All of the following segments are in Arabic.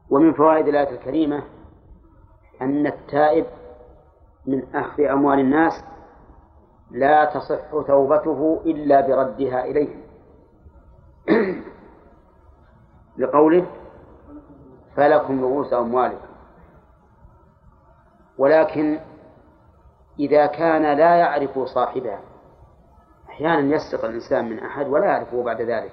ومن فوائد الآية الكريمة أن التائب من أخذ أموال الناس لا تصح توبته إلا بردها إليهم لقوله فلكم رؤوس أموالكم. ولكن إذا كان لا يعرف صاحبها، أحيانا يسرق الإنسان من أحد ولا يعرفه بعد ذلك،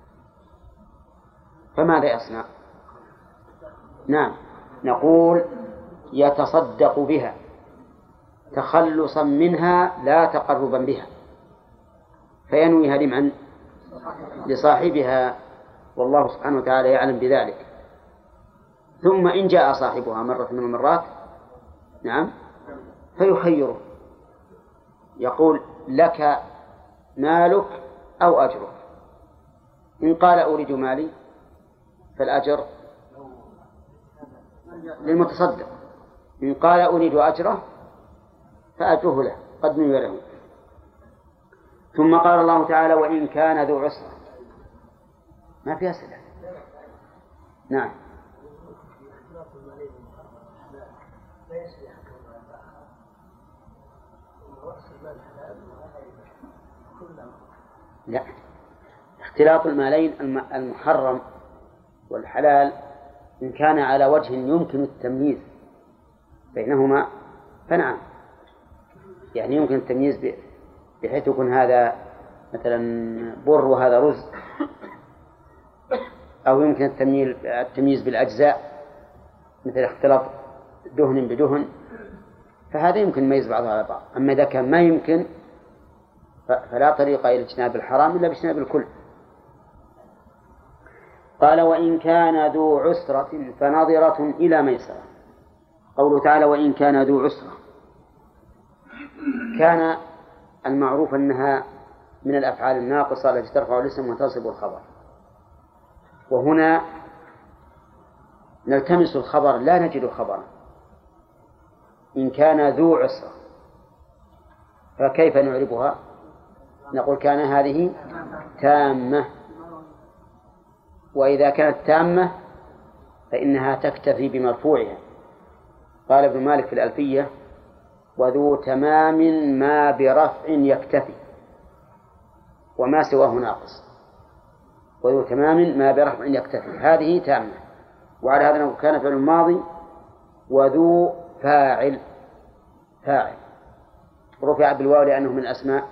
فماذا يصنع؟ نعم، نقول يتصدق بها تخلصا منها لا تقربا بها، فينويها لمن؟ لصاحبها، والله سبحانه وتعالى يعلم بذلك. ثم إن جاء صاحبها مرة من المرات نعم فيخيره، يقول لك مالك أو أجرك، إن قال أريد مالي فالأجر للمتصدق، إن قال أريد أجره فأجره له قد نوي له. ثم قال الله تعالى وإن كان ذو عسرة، ما فيها سلة. نعم. لا، اختلاط المالين المحرم والحلال إن كان على وجه يمكن التمييز بينهما فنعم، يعني يمكن التمييز بحيث يكون هذا مثلا بر وهذا رز، أو يمكن التمييز بالأجزاء مثل اختلاط دهن بدهن، فهذا يمكن يميز بعضها على بعض. أما إذا كان ما يمكن فلا طريق إلى اجتناب الحرام إلا باجتناب الكل. قال وإن كان ذو عسرة فنظرة إلى ميسرة. قوله تعالى وإن كان ذو عسرة، كان المعروف أنها من الأفعال الناقصة التي ترفع الاسم وتنصب الخبر، وهنا نلتمس الخبر لا نجد خبرا. إن كان ذو عسرة فكيف نعربها؟ نقول كان هذه تامة، وإذا كانت تامة فإنها تكتفي بمرفوعها. قال ابن مالك في الألفية وذو تمام ما برفع يكتفي، وما سواه ناقص. وذو تمام ما برفع يكتفي هذه تامة. وعلى هذا نقول كان فعل الماضي وذو فاعل رفع بالواو لأنه من الأسماء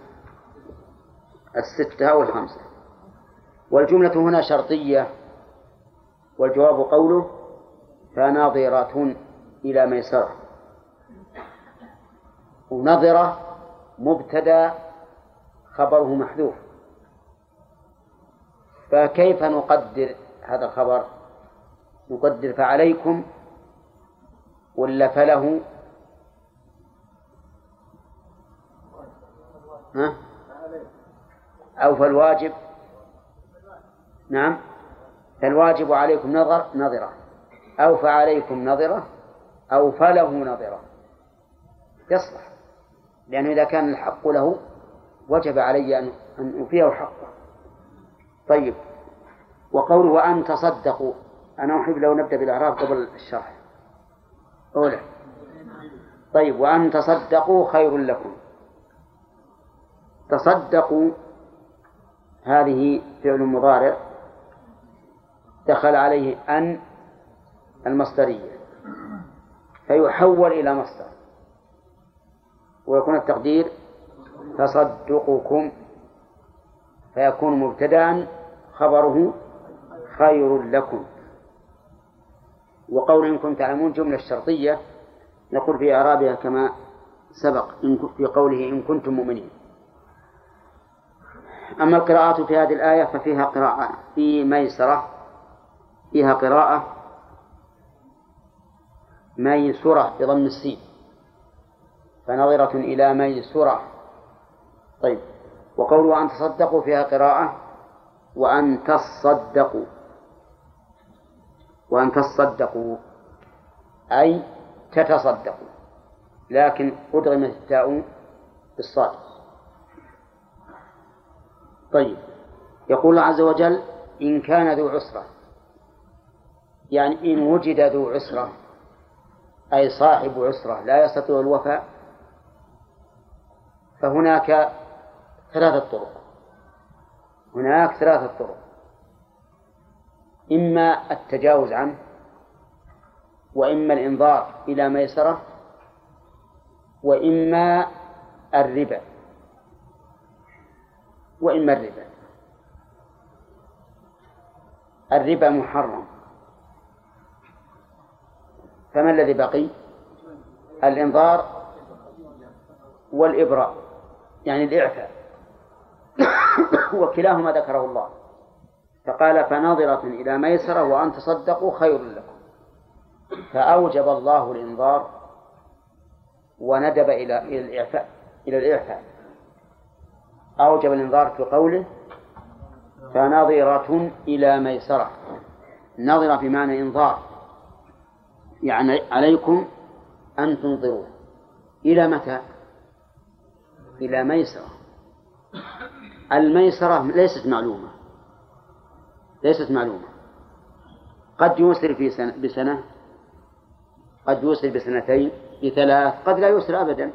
الستة أو الخمسة. والجملة هنا شرطية، والجواب قوله فناظرة إلى ميسرة. ونظرة مبتدأ خبره محذوف، فكيف نقدر هذا الخبر؟ نقدر فعليكم ولا فله؟ أو فالواجب؟ نعم، فالواجب عليكم نظرة، أو فعليكم نظرة، أو فله نظرة، يصلح، لأنه إذا كان الحق له وجب علي أن أوفيه حقه. طيب، وقوله وأن تصدقوا، أنا أحب لو نبدأ بالإعراب قبل الشرح. أولا طيب، وأن تصدقوا خير لكم. تصدقوا هذه فعل مضارع دخل عليه أن المصدرية فيحول إلى مصدر، ويكون التقدير تصدقكم، فيكون مبتدأ خبره خير لكم. وقول إن كنتم تعلمون جملة شرطية نقول في إعرابها كما سبق في قوله إن كنتم مؤمنين. أما القراءات في هذه الآية ففيها قراءة في ميسرة، فيها قراءة ميسرة بضم السين، فنظرة إلى ميسرة. طيب، وقوله أن تصدقوا فيها قراءة وأن تصدقوا، وأن تصدقوا أي تتصدقوا، لكن أدغمت التاء بالصاد. طيب، يقول الله عز وجل إن كان ذو عسرة، يعني إن وجد ذو عسرة أي صاحب عسرة لا يستطيع الوفاء فهناك ثلاثة طرق. هناك ثلاثة طرق: إما التجاوز عنه، وإما الإنظار إلى ميسرة، وإما الربا. الربا محرم، فما الذي بقي؟ الإنظار والإبراء، يعني الإعفاء، وكلاهما ذكره الله، فقال: فناظرة إلى ميسرة وأن تصدقوا خير لكم. فأوجب الله الإنظار وندب إلى الإعفاء. أوجب الإنظار في قوله: فناظرة إلى ميسرة. ناظرة بمعنى إنظار، يعني عليكم أن تنظروا. إلى متى؟ إلى ميسرة. الميسرة ليست معلومة، قد يوسر بسنة، قد يوسر بسنتين، بثلاث، قد لا يوسر أبدا.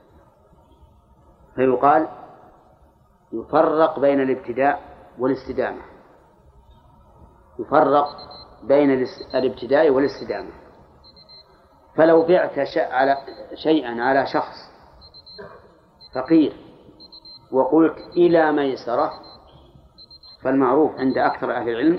فيقال يفرق بين الابتداء والاستدامة، فلو بعت شيئا على شخص فقير وقلت إلى ميسرة، فالمعروف عند أكثر أهل العلم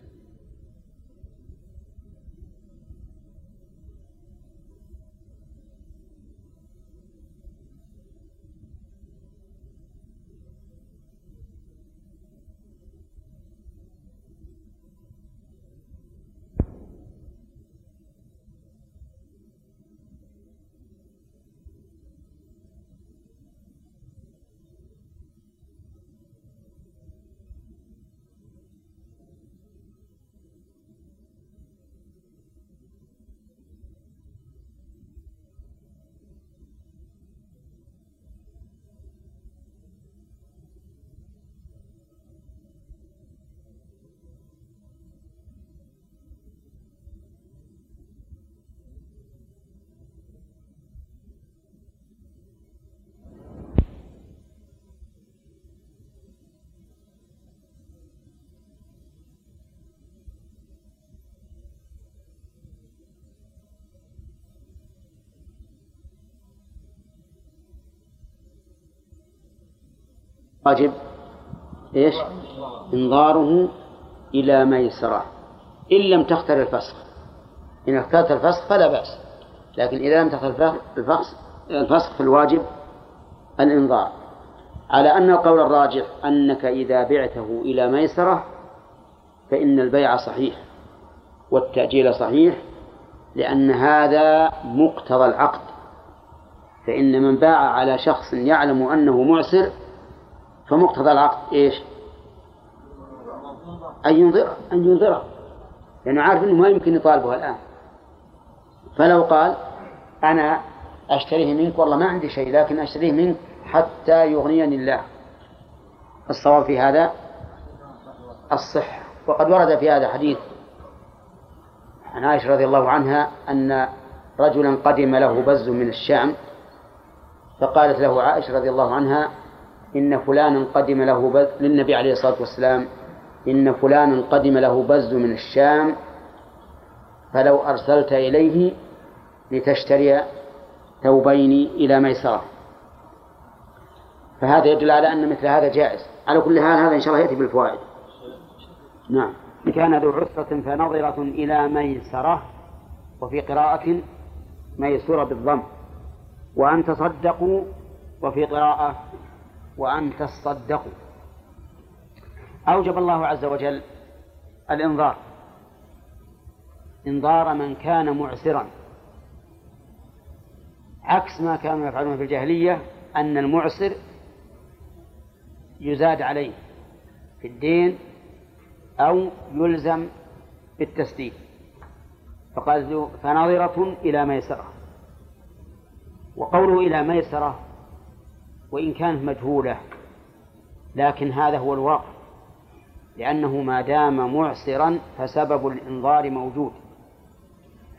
واجب إيش؟ إنظاره إلى ميسرة إن لم تختر الفسخ. إن اخترت الفسخ فلا بأس، لكن إذا لم تختر الفسخ فالواجب الإنظار، على أن القول الراجح أنك إذا بعته إلى ميسرة فإن البيع صحيح والتأجيل صحيح، لأن هذا مقتضى العقد. فإن من باع على شخص يعلم أنه معسر فمقتضى العقد إيش؟ أن ينظره، لأنه عارف أنه ما يمكن يطالبها الآن. فلو قال: أنا أشتريه منك، والله ما عندي شيء لكن أشتريه منك حتى يغنيني الله، الصواب في هذا الصحة. وقد ورد في هذا حديث عن عائشة رضي الله عنها أن رجلا قدم له بز من الشام، فقالت له عائشة رضي الله عنها: إن فلانا قدم له بز، للنبي عليه الصلاة والسلام: إن فلانا قدم له بز من الشام، فلو أرسلت إليه لتشتري ثوبين إلى ميسرة. فهذا يدل على أن مثل هذا جائز. على كل حال هذا إن شاء الله يأتي بالفوائد. نعم. كان ذو عسرة فنظرة إلى ميسرة، وفي قراءة ميسورة بالضم، وأن تصدقوا، وفي قراءة وأن تصدقوا. أوجب الله عز وجل الإنظار، إنظار من كان معسرا، عكس ما كانوا يفعلون في الجاهلية، أن المعسر يزاد عليه في الدين أو يلزم بالتسديد. فقال: فناظرة إلى ميسرة. وقوله إلى ميسرة وإن كانت مجهولة، لكن هذا هو الواقع، لأنه ما دام معسرا فسبب الإنظار موجود.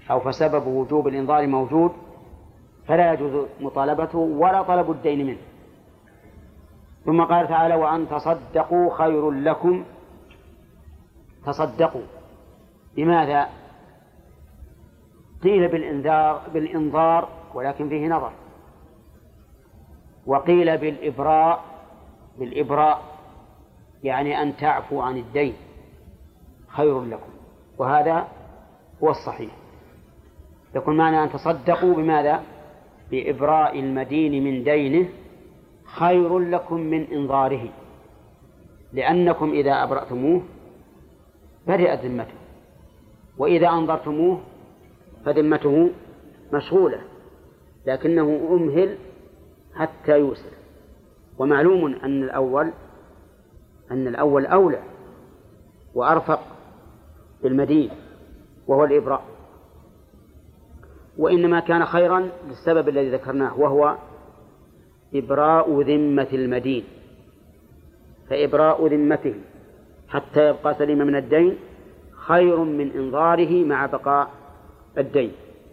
أو فسبب وجوب الإنظار موجود فلا يجوز مطالبته ولا طلب الدين منه. ثم قال تعالى وأن تصدقوا خير لكم. تصدقوا بماذا؟ قيل بالإنظار ولكن فيه نظر، وقيل بالإبراء يعني أن تعفوا عن الدين خير لكم، وهذا هو الصحيح. يكون معنى أن تصدقوا بماذا؟ بإبراء المدين من دينه خير لكم من إنظاره، لأنكم إذا أبرأتموه برئت ذمته، وإذا أنظرتموه فذمته مشغولة، لكنه أمهل حتى يوسر. ومعلوم أن الأول أولى وأرفق بالمدين وهو الإبراء، وإنما كان خيرا للسبب الذي ذكرناه وهو إبراء ذمة المدين، فإبراء ذمته حتى يبقى سليما من الدين خير من إنظاره مع بقاء الدين.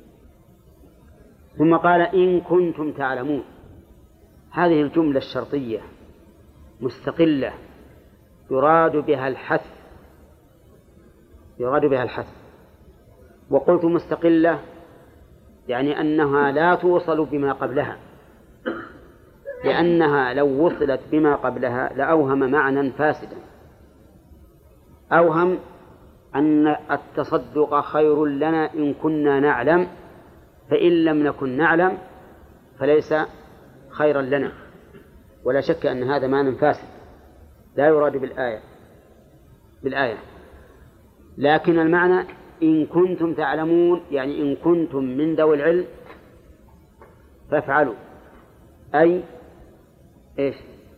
ثم قال إن كنتم تعلمون. هذه الجملة الشرطية مستقلة يراد بها الحث. وقلت مستقلة يعني أنها لا توصل بما قبلها، لأنها لو وصلت بما قبلها لأوهم معنى فاسدا. أوهم أن التصدق خير لنا إن كنا نعلم، فإن لم نكن نعلم فليس خيرا لنا، ولا شك أن هذا معنى فاسد لا يراد بالآية. لكن المعنى إن كنتم تعلمون يعني إن كنتم من ذوي العلم فافعلوا، أي إيش؟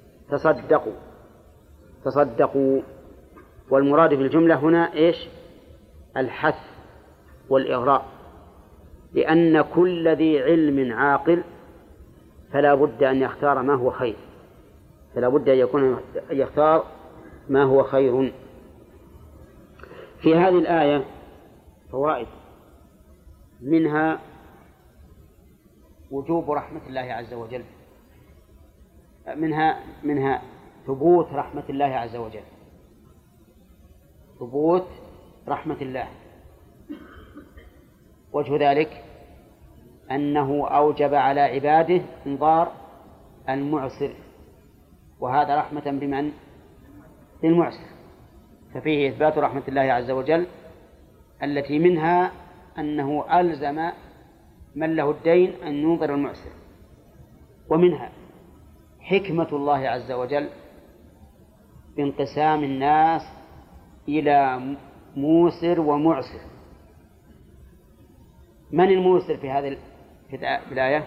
تصدقوا. والمراد في الجملة هنا إيش؟ الحث والإغراء، لأن كل ذي علم عاقل فلا بد أن يختار ما هو خير، فلا بد أن يختار ما هو خير. في هذه الآية فوائد، منها وجوب رحمة الله عز وجل، منها ثبوت رحمة الله عز وجل، ثبوت رحمة الله. وجه ذلك أنه أوجب على عباده إنظار المعسر، وهذا رحمة بمن؟ للمعسر، ففيه إثبات رحمة الله عز وجل التي منها أنه ألزم من له الدين أن ينظر المعسر، ومنها حكمة الله عز وجل بانقسام الناس إلى موسر ومعسر. من الموسر في هذه الآية؟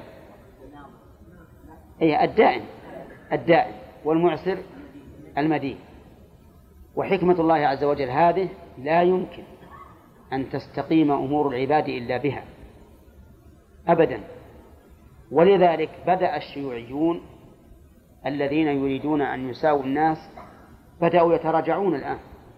هي الدائن، والمعسر المدين. وحكمة الله عز وجل هذه لا يمكن أن تستقيم أمور العباد إلا بها أبدا. ولذلك بدأ الشيوعيون الذين يريدون أن يساووا الناس بدأوا يتراجعون الآن،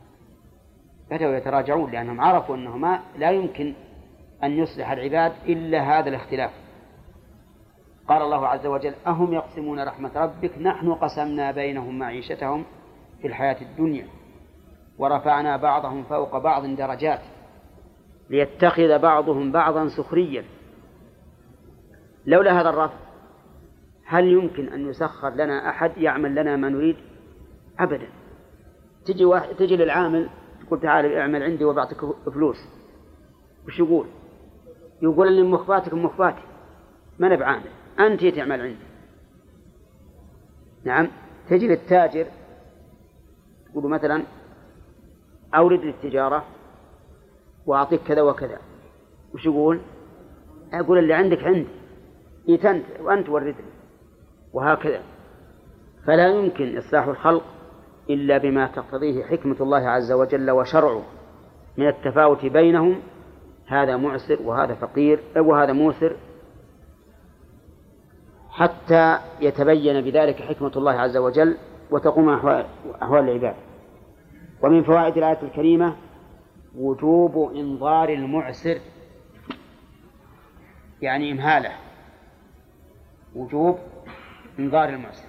لأنهم عرفوا أنه لا يمكن أن يصلح العباد إلا هذا الاختلاف. قال الله عز وجل أهم يقسمون رحمة ربك نحن قسمنا بينهم معيشتهم في الحياة الدنيا ورفعنا بعضهم فوق بعض درجات ليتخذ بعضهم بعضا سخريا. لولا هذا الرفع هل يمكن أن يسخر لنا أحد يعمل لنا ما نريد؟ أبدا. تجي للعامل تقول تعال اعمل عندي وبعطيك فلوس، وش يقول؟ يقول اللي مخباتك مخباتي، ما أنا بعامل، أنت تعمل عندي. نعم. تجي للتاجر تقول مثلا أورد للتجارة وأعطيك كذا وكذا، وش يقول؟ أقول اللي عندك عندي، وأنت وردني، وهكذا. فلا يمكن إصلاح الخلق إلا بما تقتضيه حكمة الله عز وجل وشرعه من التفاوت بينهم، هذا معسر وهذا فقير وهذا موسر، حتى يتبين بذلك حكمة الله عز وجل وتقوم أحوال العباد. ومن فوائد الآية الكريمة وجوب إنظار المعسر يعني إمهاله، وجوب إنذار المعسر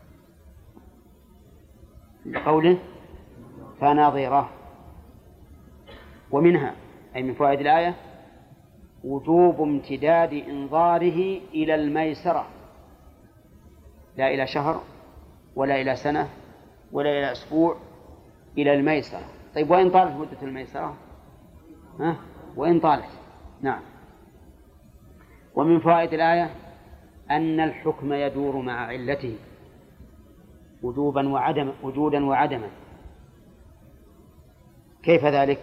لقوله فنظرة. ومنها أي من فوائد الآية وجوب امتداد إنظاره إلى الميسرة، لا إلى شهر ولا إلى سنة ولا إلى أسبوع، إلى الميسرة. طيب وإن طالت مدة الميسرة؟ وإن طالت، نعم. ومن فوائد الآية أن الحكم يدور مع علته وجودا وعدما. كيف ذلك؟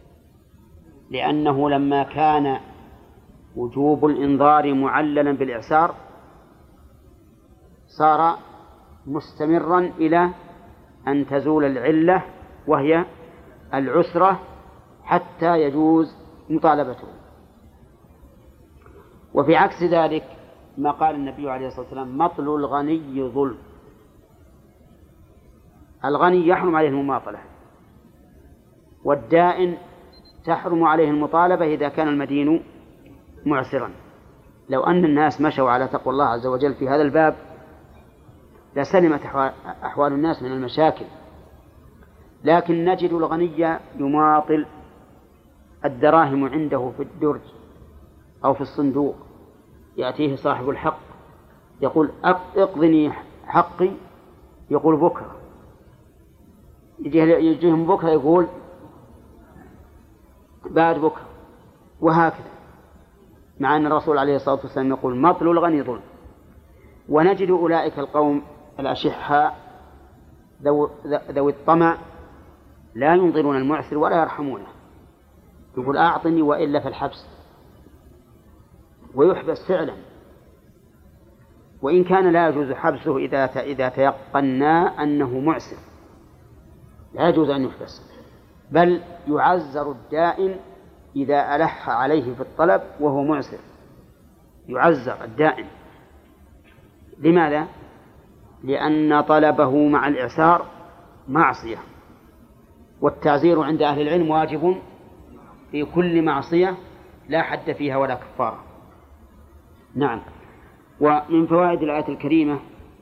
لأنه لما كان وجوب الإنذار معللا بالإعسار صار مستمرا إلى أن تزول العلة وهي العسرة حتى يجوز مطالبته. وفي عكس ذلك ما قال النبي عليه الصلاة والسلام مطل الغني ظلم. الغني يحرم عليه المماطلة، والدائن تحرم عليه المطالبة إذا كان المدين معسرا. لو أن الناس مشوا على تقوى الله عز وجل في هذا الباب لسلمت أحوال الناس من المشاكل، لكن نجد الغني يماطل، الدراهم عنده في الدرج أو في الصندوق، يأتيه صاحب الحق يقول اقضني حقي، يقول بكرة، يجيهم بكرة يقول بعد بكرة، وهكذا، مع أن الرسول عليه الصلاة والسلام يقول مطل الغني ظلم. ونجد أولئك القوم الأشحاء ذوي الطمع لا ينظرون المعسر ولا يرحمونه، يقول أعطني وإلا فالحبس، ويحبس فعلا، وإن كان لا يجوز حبسه إذا تيقنا أنه معسر، لا يجوز أن يحبس، بل يعزر الدائن إذا ألح عليه في الطلب وهو معسر، يعزر الدائن. لماذا؟ لأن طلبه مع الإعسار معصية، والتعزير عند أهل العلم واجب في كل معصية لا حد فيها ولا كفارة. نعم. ومن فوائد الآية الكريمة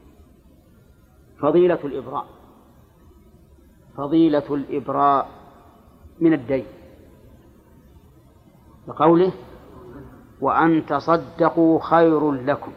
فضيلة الإبراء من الدين، لقوله وأن تصدقوا خير لكم.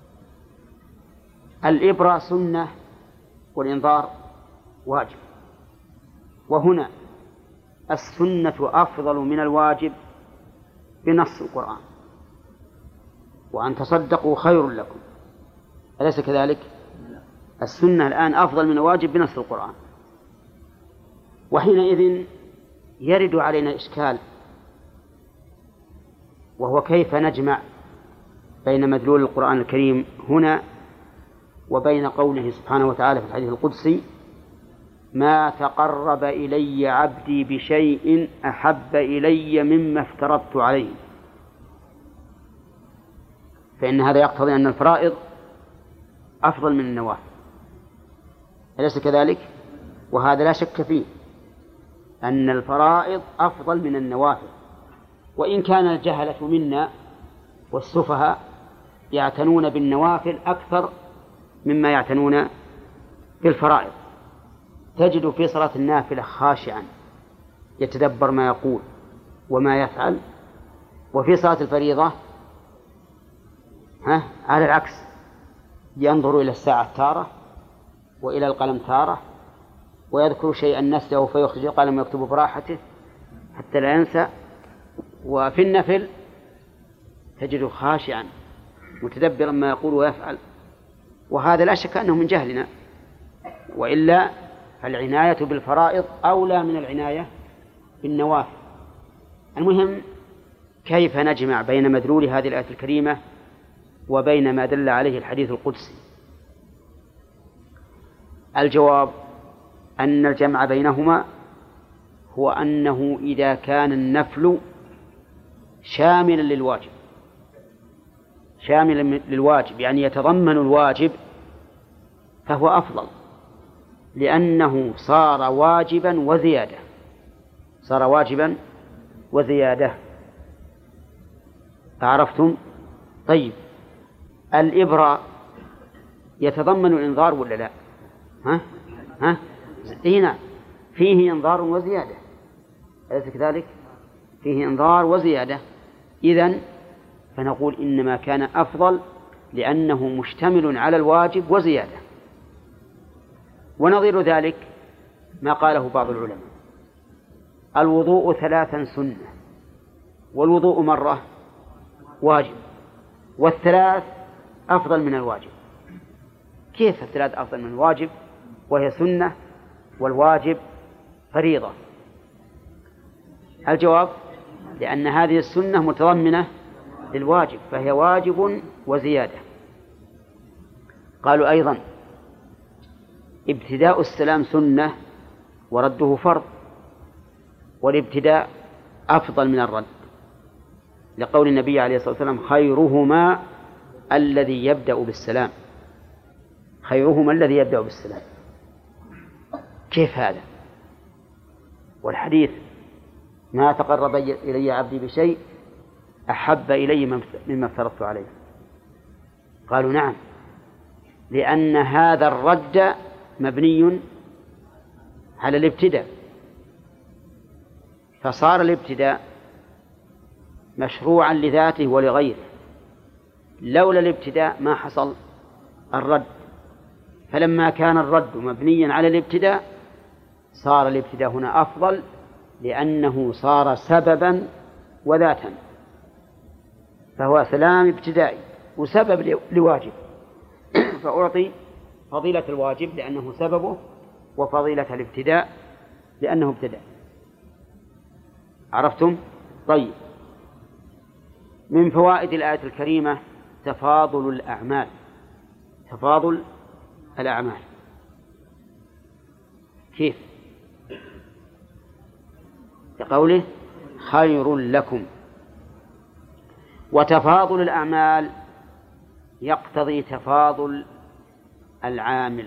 الإبراء سنة والإنذار واجب، وهنا السنة أفضل من الواجب بنص القرآن، وأن تصدقوا خير لكم، أليس كذلك؟ السنة الآن أفضل من الواجب بنص القرآن. وحينئذ يرد علينا إشكال، وهو كيف نجمع بين مدلول القرآن الكريم هنا وبين قوله سبحانه وتعالى في الحديث القدسي ما تقرب إلي عبدي بشيء أحب إلي مما افترضت عليه. فإن هذا يقتضي أن الفرائض أفضل من النوافل، أليس كذلك؟ وهذا لا شك فيه أن الفرائض أفضل من النوافل، وإن كان الجهلة منا والسفهاء يعتنون بالنوافل أكثر مما يعتنون بالفرائض. تجد في صلاة النافلة خاشعا يتدبر ما يقول وما يفعل، وفي صلاة الفريضة على العكس، ينظر إلى الساعة تارة وإلى القلم تارة، ويذكر شيئا نسيه فيخرج القلم ويكتب براحته حتى لا ينسى. وفي النفل تجد خاشعا متدبرا ما يقول ويفعل، وهذا لا شك أنه من جهلنا، وإلا فالعناية بالفرائض أولى من العناية بالنوافل. المهم كيف نجمع بين مدلول هذه الآية الكريمة وبين ما دل عليه الحديث القدسي؟ الجواب أن الجمع بينهما هو أنه إذا كان النفل شاملا للواجب يعني يتضمن الواجب فهو أفضل، لأنه صار واجبا وزيادة. أعرفتم؟ طيب الإبرة يتضمن الإنذار ولا لا؟ ها؟ هنا فيه إنذار وزيادة، أليس كذلك؟ فيه إنذار وزيادة، إذن فنقول إنما كان أفضل لأنه مشتمل على الواجب وزيادة. ونظير ذلك ما قاله بعض العلماء: الوضوء 3 سنة، والوضوء مرة واجب، والثلاث أفضل من الواجب. كيف الثلاث أفضل من الواجب وهي سنة والواجب فريضة؟ الجواب: لأن هذه السنة متضمنة للواجب فهي واجب وزيادة. قالوا أيضا: ابتداء السلام سنة ورده فرض، والابتداء أفضل من الرد، لقول النبي عليه الصلاة والسلام: خيرهما الذي يبدأ بالسلام. خيرهما الذي يبدأ بالسلام. كيف هذا؟ والحديث: ما تقرب إلي عبدي بشيء أحب إلي مما افترضت عليه. قالوا: نعم، لأن هذا الرد مبني على الابتداء، فصار الابتداء مشروعا لذاته ولغيره، لولا الابتداء ما حصل الرد. فلما كان الرد مبنيا على الابتداء صار الابتداء هنا أفضل، لأنه صار سببا وذاتا، فهو سلام ابتدائي وسبب لواجب، فأعطي فضيلة الواجب لأنه سببه، وفضيلة الابتداء لأنه ابتداء. عرفتم؟ طيب، من فوائد الآية الكريمة تفاضل الأعمال. تفاضل الأعمال كيف؟ كقوله: خير لكم. وتفاضل الأعمال يقتضي تفاضل العامل،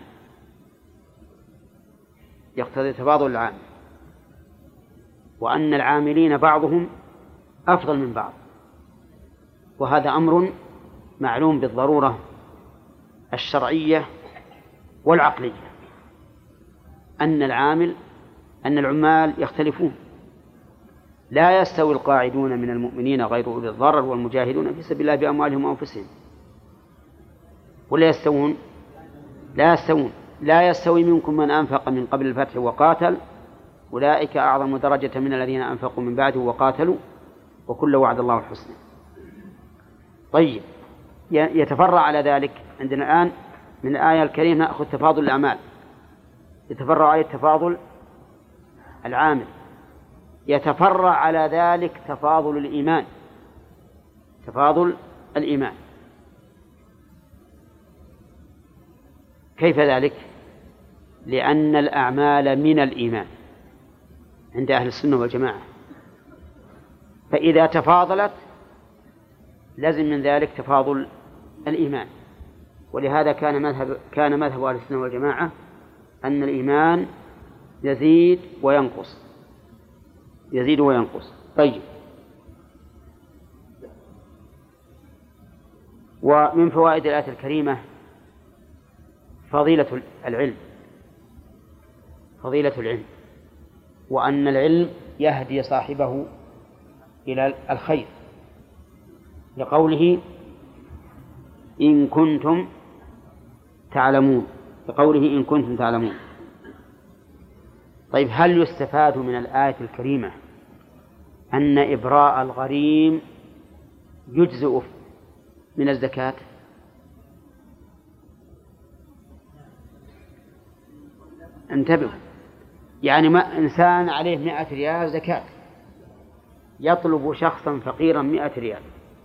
يقتضي تفاضل العامل، وأن العاملين بعضهم أفضل من بعض، وهذا أمر معلوم بالضرورة الشرعية والعقلية، أن العمال يختلفون. لا يستوي القاعدون من المؤمنين غير أولي الضرر والمجاهدون في سبيل الله بأموالهم وأنفسهم. ولا يستوون؟ لا يستوون. لا يستوي منكم من أنفق من قبل الفتح وقاتل، أولئك أعظم درجة من الذين أنفقوا من بعده وقاتلوا، وكل وعد الله الحسنى. طيب، يتفرع على ذلك عندنا الآن من الآية الكريمة نأخذ تفاضل الأعمال، يتفرع على تفاضل العامل، يتفرع على ذلك تفاضل الإيمان. تفاضل الإيمان كيف ذلك؟ لأن الأعمال من الإيمان عند أهل السنة والجماعة، فإذا تفاضلت لازم من ذلك تفاضل الإيمان. ولهذا كان مذهب أهل السنة والجماعة أن الإيمان يزيد وينقص، يزيد وينقص. طيب، ومن فوائد الآية الكريمة فضيلة العلم، فضيلة العلم، وأن العلم يهدي صاحبه إلى الخير، لقوله: إن كنتم تعلمون، لقوله: إن كنتم تعلمون. طيب، هل يستفاد من الآية الكريمة أن إبراء الغريم يجزئ من الزكاة؟ انتبهوا، يعني ما إنسان عليه 100 ريال زكاة، يطلب شخصا فقيرا 100 ريال،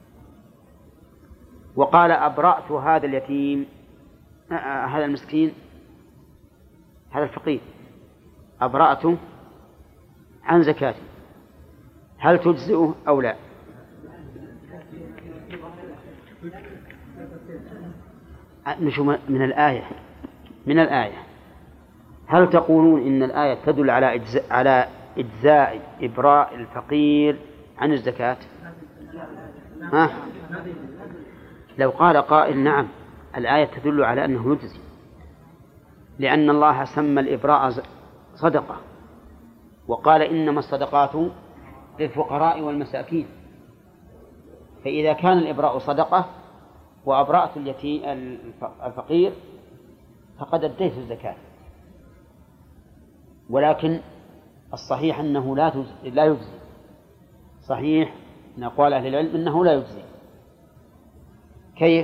وقال: أبرأت هذا اليتيم، هذا المسكين، هذا الفقير، أبرأته عن زكاته، هل تجزئه أو لا؟ نشوف من الآية هل تقولون إن الآية تدل على إجزاء إبراء الفقير عن الزكاة؟ لو قال قائل نعم الآية تدل على أنه يجزي، لأن الله سمى الإبراء صدقة وقال إنما الصدقات للفقراء والمساكين، فإذا كان الإبراء صدقة وأبرأت الفقير فقد أديت الزكاة. ولكن الصحيح أنه لا يجزي، صحيح من أقوال أهل العلم أنه لا يجزي. كيف؟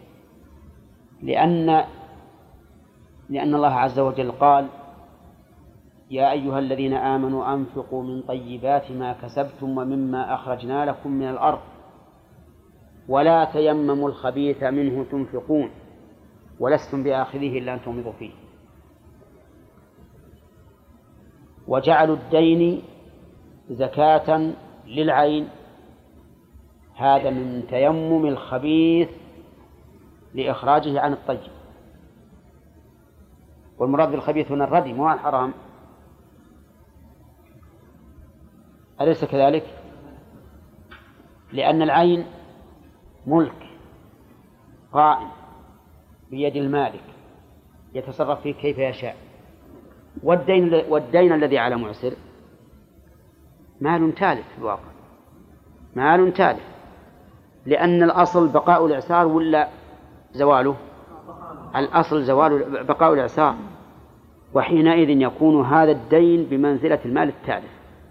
لأن الله عز وجل قال يا أيها الذين آمنوا أنفقوا من طيبات ما كسبتم ومما أخرجنا لكم من الأرض ولا تيمموا الخبيث منه تنفقون ولستم بآخذه إلا أن تغمضوا فيه. وجعلوا الدين زكاة للعين، هذا من تيمم الخبيث لإخراجه عن الطيب. والمراد بالخبيث هنا الردي مو الحرام، أليس كذلك؟ لأن العين ملك قائم بيد المالك يتصرف فيه كيف يشاء، والدين الذي على معسر مال تالف في الواقع، مال تالف، لأن الأصل بقاء الإعسار ولا زواله؟ الأصل بقاء الإعسار، وحينئذ يكون هذا الدين بمنزلة المال التالف،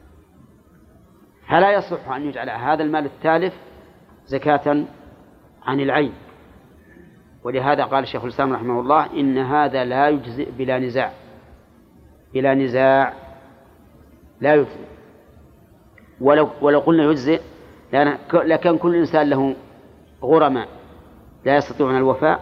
فلا يصح أن يجعل هذا المال التالف زكاة عن العين. ولهذا قال الشيخ الإسلام رحمه الله إن هذا لا يجزئ بلا نزاع لا يجزئ. ولو قلنا يجزئ لكان كل إنسان له غرماء لا يستطيعون الوفاء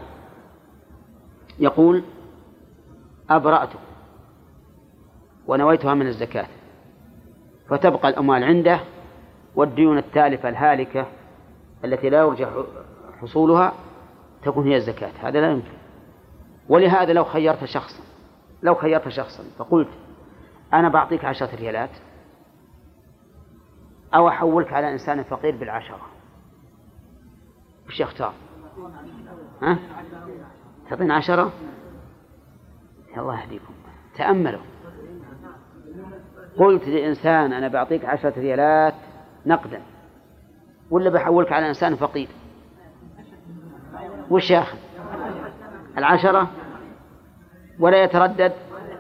يقول أبرأته ونويتها من الزكاة، فتبقى الأموال عنده والديون التالفة الهالكة التي لا يرجى حصولها تكون هي الزكاة. هذا لا يمكن. ولهذا لو خيرت شخصا فقلت أنا بعطيك 10 ريالات أو أحولك على إنسان فقير ب10، وش يختار؟ تعطينا 10؟ الله يهديكم، تأملوا. قلت لإنسان أنا بعطيك 10 ريالات نقدا ولا بحولك على إنسان فقير، وش ياخذ؟ 10 ولا يتردد.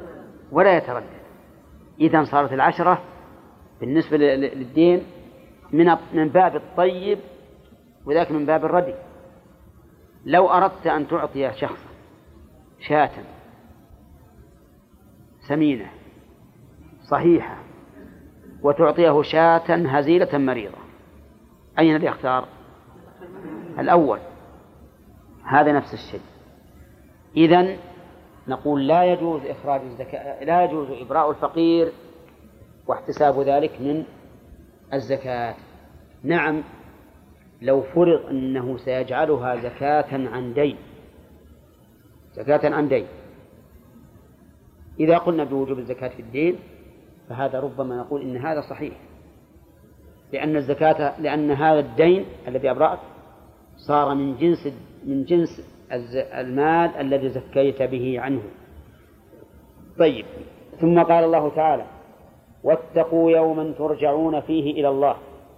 إذن صارت 10 بالنسبة للدين من باب الطيب وذاك من باب الردي. لو أردت أن تعطي شخصا شاة سمينة صحيحة وتعطيه شاة هزيلة مريضة، أين بيختار؟ الأول. هذا نفس الشيء. إذن نقول لا يجوز إخراج الزكاة، لا يجوز إبراء الفقير واحتساب ذلك من الزكاة. نعم لو فرض أنه سيجعلها زكاة عن دين، إذا قلنا بوجوب الزكاة في الدين فهذا ربما نقول إن هذا صحيح، لأن هذا الدين الذي أبرأت صار من جنس المال الذي زكيت به عنه. طيب، ثم قال الله تعالى واتقوا يوما ترجعون فيه إلى الله،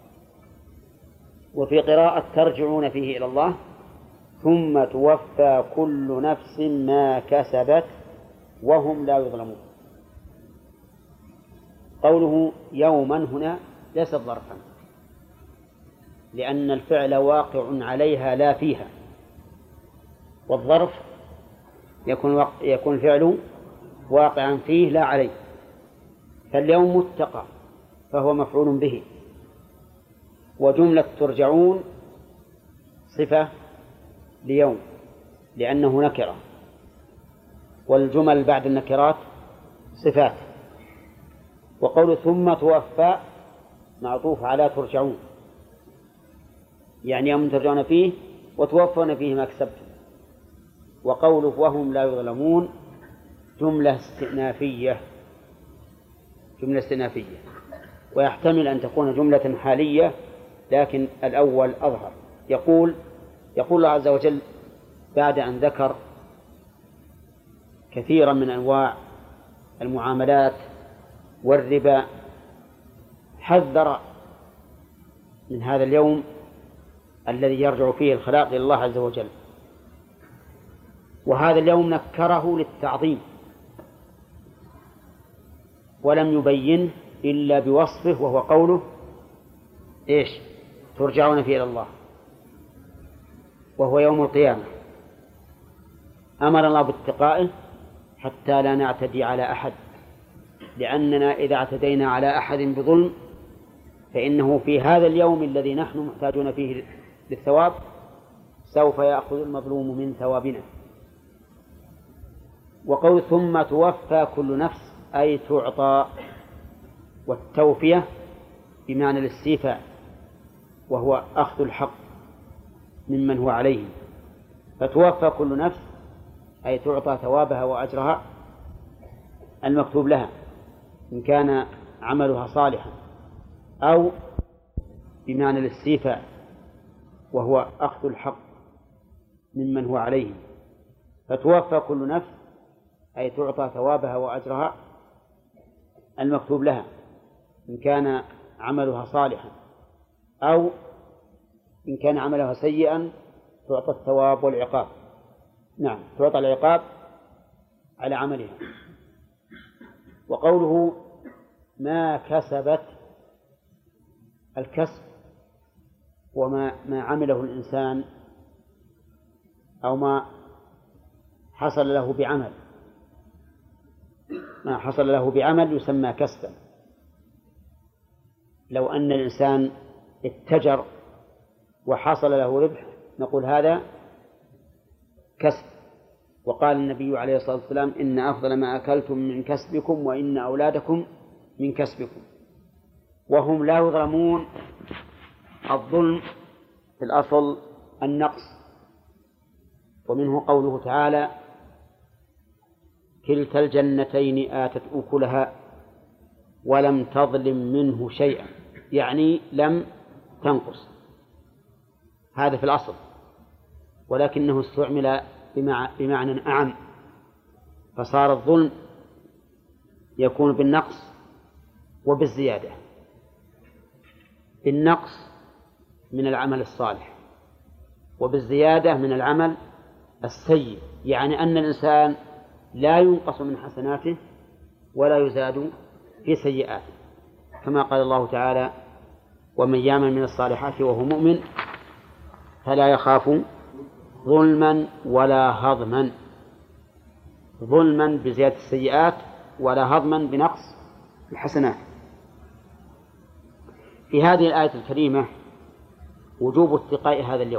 وفي قراءة ترجعون فيه إلى الله ثم توفى كل نفس ما كسبت وهم لا يظلمون. قوله يوما هنا ليس ظرفا، لأن الفعل واقع عليها لا فيها، والظرف يكون الفعل واقعا فيه لا عليه. فاليوم متقى فهو مفعول به، وجملة ترجعون صفة ليوم لأنه نكرة، والجمل بعد النكرات صفات. وقول ثم توفى معطوف على ترجعون، يعني يوم ترجعون فيه وتوفون فيه ما كسبتم. وقوله وهم لا يظلمون جملة استئنافية، ويحتمل أن تكون جملة حالية، لكن الأول أظهر. يقول يقول الله عز وجل بعد أن ذكر كثيرا من أنواع المعاملات والربا حذر من هذا اليوم الذي يرجع فيه الخلائق إلى الله عز وجل. وهذا اليوم نكره للتعظيم ولم يبين إلا بوصفه، وهو قوله إيش؟ ترجعون فيه إلى الله، وهو يوم القيامة. أمر الله باتقائه حتى لا نعتدي على أحد، لأننا إذا اعتدينا على أحد بظلم فإنه في هذا اليوم الذي نحن محتاجون فيه للثواب سوف يأخذ المظلوم من ثوابنا. وقول ثم توفى كل نفس أي تعطى، والتوفية بمعنى الاستيفاء، وهو أخذ الحق ممن هو عليه. فتوفى كل نفس أي تعطى ثوابها وأجرها المكتوب لها إن كان عملها صالحا، أو بمعنى الاستيفاء وهو أخذ الحق ممن هو عليه. فتوفى كل نفس أي تعطى ثوابها وأجرها المكتوب لها إن كان عملها صالحا، أو إن كان عملها سيئا تعطى الثواب والعقاب. نعم، تعطى العقاب على عملها. وقوله ما كسبت، الكسب وما عمله الإنسان أو ما حصل له بعمل، ما حصل له بعمل يسمى كسبا. لو أن الإنسان اتجر وحصل له ربح نقول هذا كسب. وقال النبي عليه الصلاة والسلام إن أفضل ما أكلتم من كسبكم وإن أولادكم من كسبكم. وهم لا يظلمون. الظلم في الأصل النقص، ومنه قوله تعالى كلتا الجنتين آتت أكلها ولم تظلم منه شيئا، يعني لم تنقص. هذا في الأصل، ولكنه استعمل بمعنى أعم، فصار الظلم يكون بالنقص وبالزيادة. بالنقص من العمل الصالح، وبالزيادة من العمل السيء، يعني أن الإنسان لا ينقص من حسناته ولا يزاد في سيئاته، كما قال الله تعالى ومن يعمل من الصالحات وهو مؤمن فلا يخاف ظلما ولا هضما. ظلما بزيادة السيئات، ولا هضما بنقص الحسنات. في هذه الآية الكريمة وجوب اتقاء هذا اليوم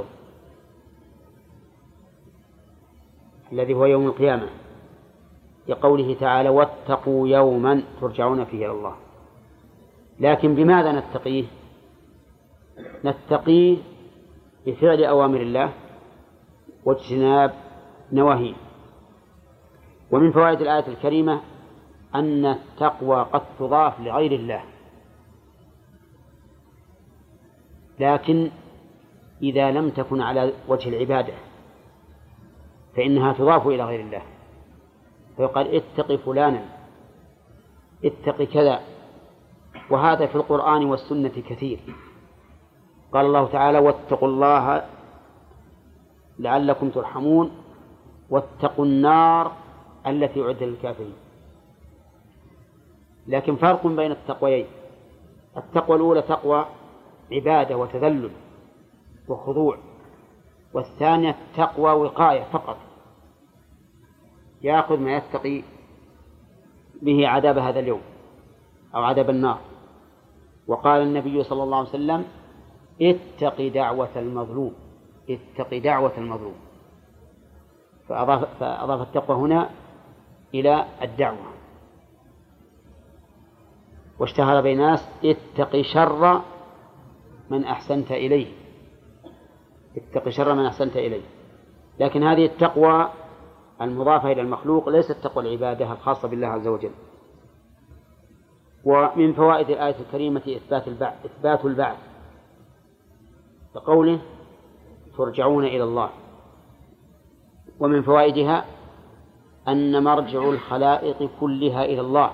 الذي هو يوم القيامة، لقوله تعالى واتقوا يوما ترجعون فيه إلى الله. لكن بماذا نتقيه؟ نتقيه بفعل أوامر الله واجتناب نواهيه. ومن فوائد الآية الكريمة أن التقوى قد تضاف لغير الله، لكن إذا لم تكن على وجه العبادة فإنها تضاف إلى غير الله، فيقال اتق فلانا، اتق كذا. وهذا في القرآن والسنة كثير. قال الله تعالى واتقوا الله لعلكم ترحمون واتقوا النار التي أعدت للكافرين. لكن فرق بين التقويين: التقوى الأولى تقوى عبادة وتذلل وخضوع، والثانية تقوى وقاية فقط، يأخذ ما يتقي به عذاب هذا اليوم أو عذاب النار. وقال النبي صلى الله عليه وسلم اتق دعوة المظلوم، اتق دعوة المظلوم، فأضاف التقوى هنا إلى الدعوة. واشتهر بين الناس اتق شر من أحسنت إليه، اتق شر من أحسنت إليه. لكن هذه التقوى المضافة إلى المخلوق ليست تقوى العبادة الخاصة بالله عز وجل. ومن فوائد الآية الكريمة إثبات البعث، بقوله ترجعون إلى الله. ومن فوائدها أن مرجع الخلائق كلها إلى الله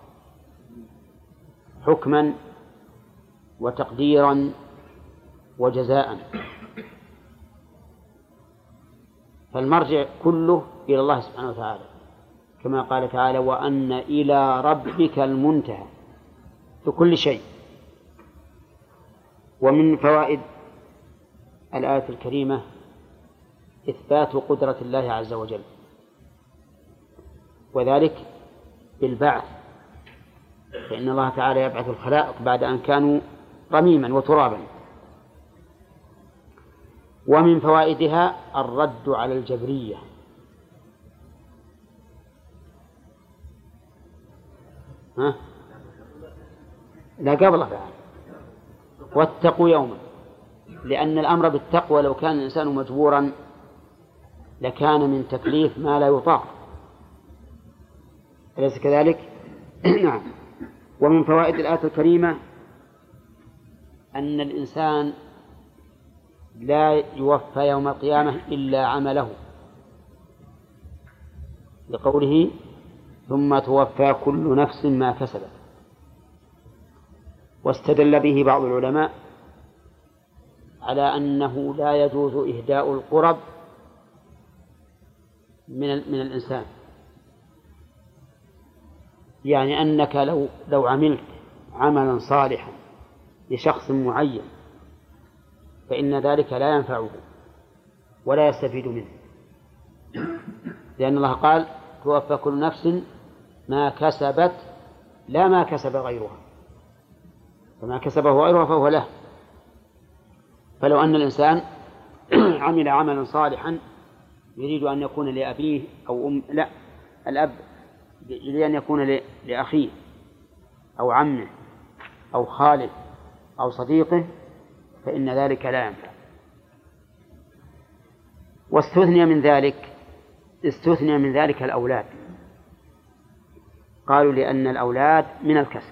حكما وتقديرا وجزاء، فالمرجع كله إلى الله سبحانه وتعالى، كما قال تعالى: وأن إلى ربك المنتهى في كل شيء. ومن فوائد الآية الكريمة إثبات قدرة الله عز وجل، وذلك بالبعث، فإن الله تعالى يبعث الخلائق بعد أن كانوا رميما وترابا. ومن فوائدها الرد على الجبرية، لا قبل بعد، واتقوا يوما، لأن الأمر بالتقوى لو كان الإنسان مجبورا لكان من تكليف ما لا يطاق، أليس كذلك؟ نعم. ومن فوائد الآية الكريمة أن الإنسان لا يوفى يوم القيامة إلا عمله، لقوله: ثم توفى كل نفس ما كسبت. واستدل به بعض العلماء على أنه لا يجوز إهداء القرب من الإنسان، يعني أنك لو عملت عملا صالحا لشخص معين فإن ذلك لا ينفعه ولا يستفيد منه، لأن الله قال: توفى كل نفس ما كسبت، لا ما كسب غيرها، فما كسبه غيرها فهو له. فلو أن الإنسان عمل عملا صالحا يريد أن يكون لأبيه أو لا، الأب يريد أن يكون لأخيه أو عمه أو خاله أو صديقه، فإن ذلك لا ينفع. واستثني من ذلك الأولاد، قالوا لأن الأولاد من الكسب،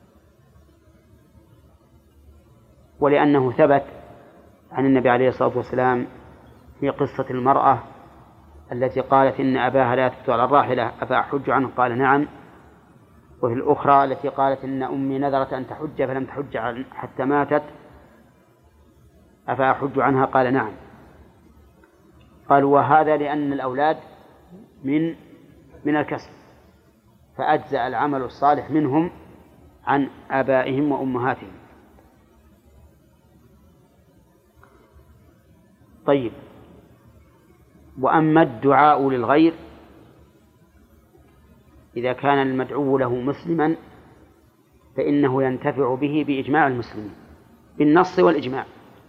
ولأنه ثبت عن النبي عليه الصلاة والسلام في قصة المرأة التي قالت: إن أباها لا يثبت على الراحلة أفأحج عنه؟ قال: نعم. وفي الأخرى التي قالت: إن أمي نذرت أن تحج فلم تحج حتى ماتت أفأحج عنها؟ قال: نعم. قالوا: وهذا لأن الأولاد من الكسب، فأجزأ العمل الصالح منهم عن آبائهم وأمهاتهم. طيب، وأما الدعاء للغير إذا كان المدعو له مسلما فإنه ينتفع به بإجماع المسلمين، بالنص والإجماع.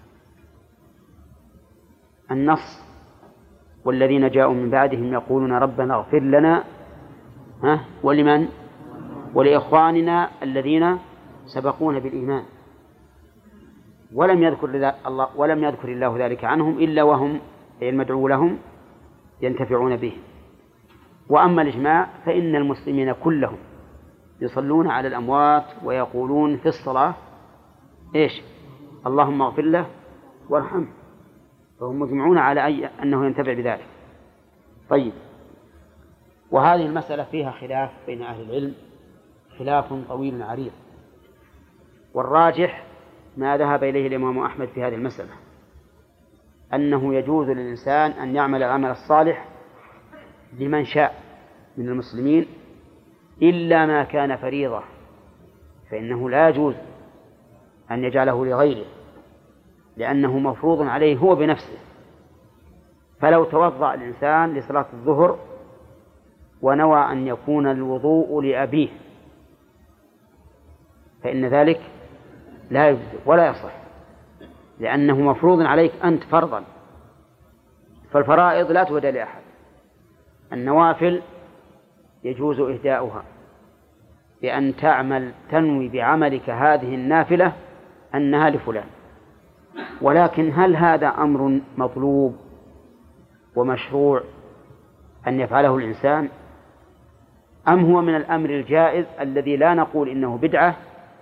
النص: والذين جاءوا من بعدهم يقولون ربنا اغفر لنا ولمن ولإخواننا الذين سبقونا بالإيمان، ولم يذكر الله ذلك عنهم إلا وهم المدعو لهم ينتفعون به. وأما الإجماع فإن المسلمين كلهم يصلون على الأموات ويقولون في الصلاة: إيش؟ اللهم اغفر له وارحمه، فهم مجمعون على أنه ينتفع بذلك. طيب، وهذه المسألة فيها خلاف بين أهل العلم، خلاف طويل عريض، والراجح ما ذهب إليه الإمام أحمد في هذه المسألة، أنه يجوز للإنسان أن يعمل العمل الصالح لمن شاء من المسلمين إلا ما كان فريضة، فإنه لا يجوز أن يجعله لغيره، لأنه مفروض عليه هو بنفسه. فلو توضأ الإنسان لصلاة الظهر ونوى أن يكون الوضوء لأبيه فإن ذلك لا يجوز ولا يصح، لأنه مفروض عليك أنت فرضا، فالفرائض لا تهدى لأحد. النوافل يجوز إهداؤها بأن تنوي بعملك هذه النافلة أنها لفلان، ولكن هل هذا أمر مطلوب ومشروع أن يفعله الإنسان، أم هو من الأمر الجائز الذي لا نقول إنه بدعة